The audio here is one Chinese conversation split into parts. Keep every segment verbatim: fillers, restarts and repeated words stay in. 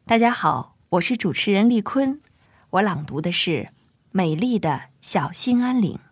大家好，我是主持人丽坤，我朗读的是《美丽的小兴安岭》。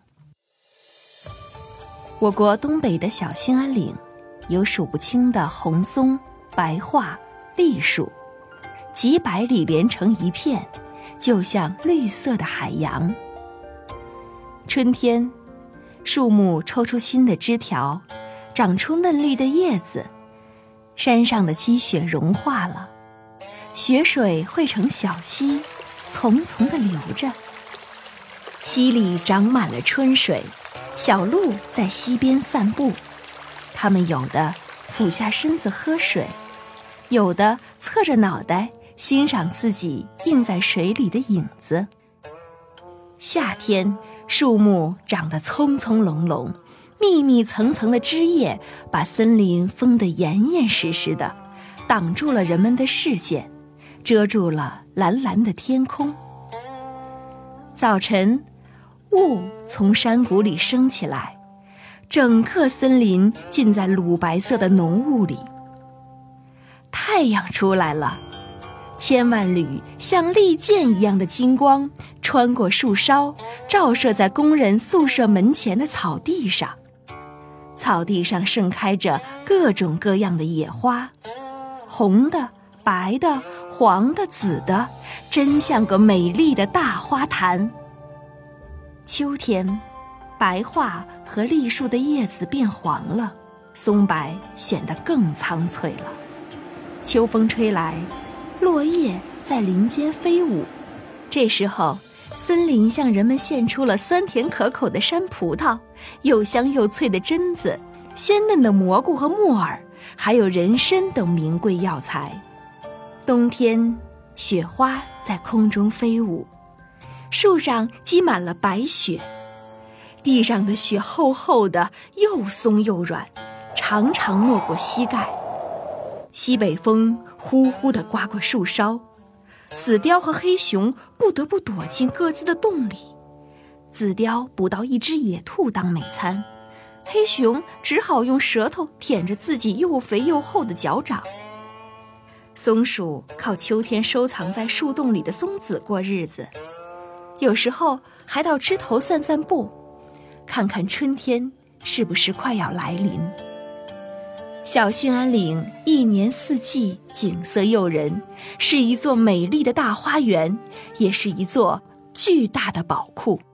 我国东北的小兴安岭有数不清的红松、白桦、栗树，几百里连成一片，就像绿色的海洋。春天，树木抽出新的枝条，长出嫩绿的叶子，山上的积雪融化了，雪水汇成小溪，淙淙地流着。溪里长满了春水，小鹿在溪边散步，它们有的俯下身子喝水，有的侧着脑袋欣赏自己映在水里的影子。夏天，树木长得葱葱茏茏，密密层层的枝叶把森林封得严严实实的，挡住了人们的视线，遮住了蓝蓝的天空。早晨，雾从山谷里升起来，整个森林浸在乳白色的浓雾里。太阳出来了，千万缕像利剑一样的金光穿过树梢，照射在工人宿舍门前的草地上。草地上盛开着各种各样的野花，红的、白的、黄的、紫的，真像个美丽的大花坛。秋天，白桦和栗树的叶子变黄了，松柏显得更苍翠了。秋风吹来，落叶在林间飞舞，这时候森林向人们献出了酸甜可口的山葡萄，又香又脆的榛子，鲜嫩的蘑菇和木耳，还有人参等名贵药材。冬天，雪花在空中飞舞，树上积满了白雪，地上的雪厚厚的，又松又软，常常没过膝盖。西北风呼呼地刮过树梢，紫貂和黑熊不得不躲进各自的洞里。紫貂捕到一只野兔当美餐，黑熊只好用舌头舔着自己又肥又厚的脚掌。松鼠靠秋天收藏在树洞里的松子过日子，有时候还到枝头散散步，看看春天是不是快要来临。小兴安岭一年四季景色诱人，是一座美丽的大花园，也是一座巨大的宝库。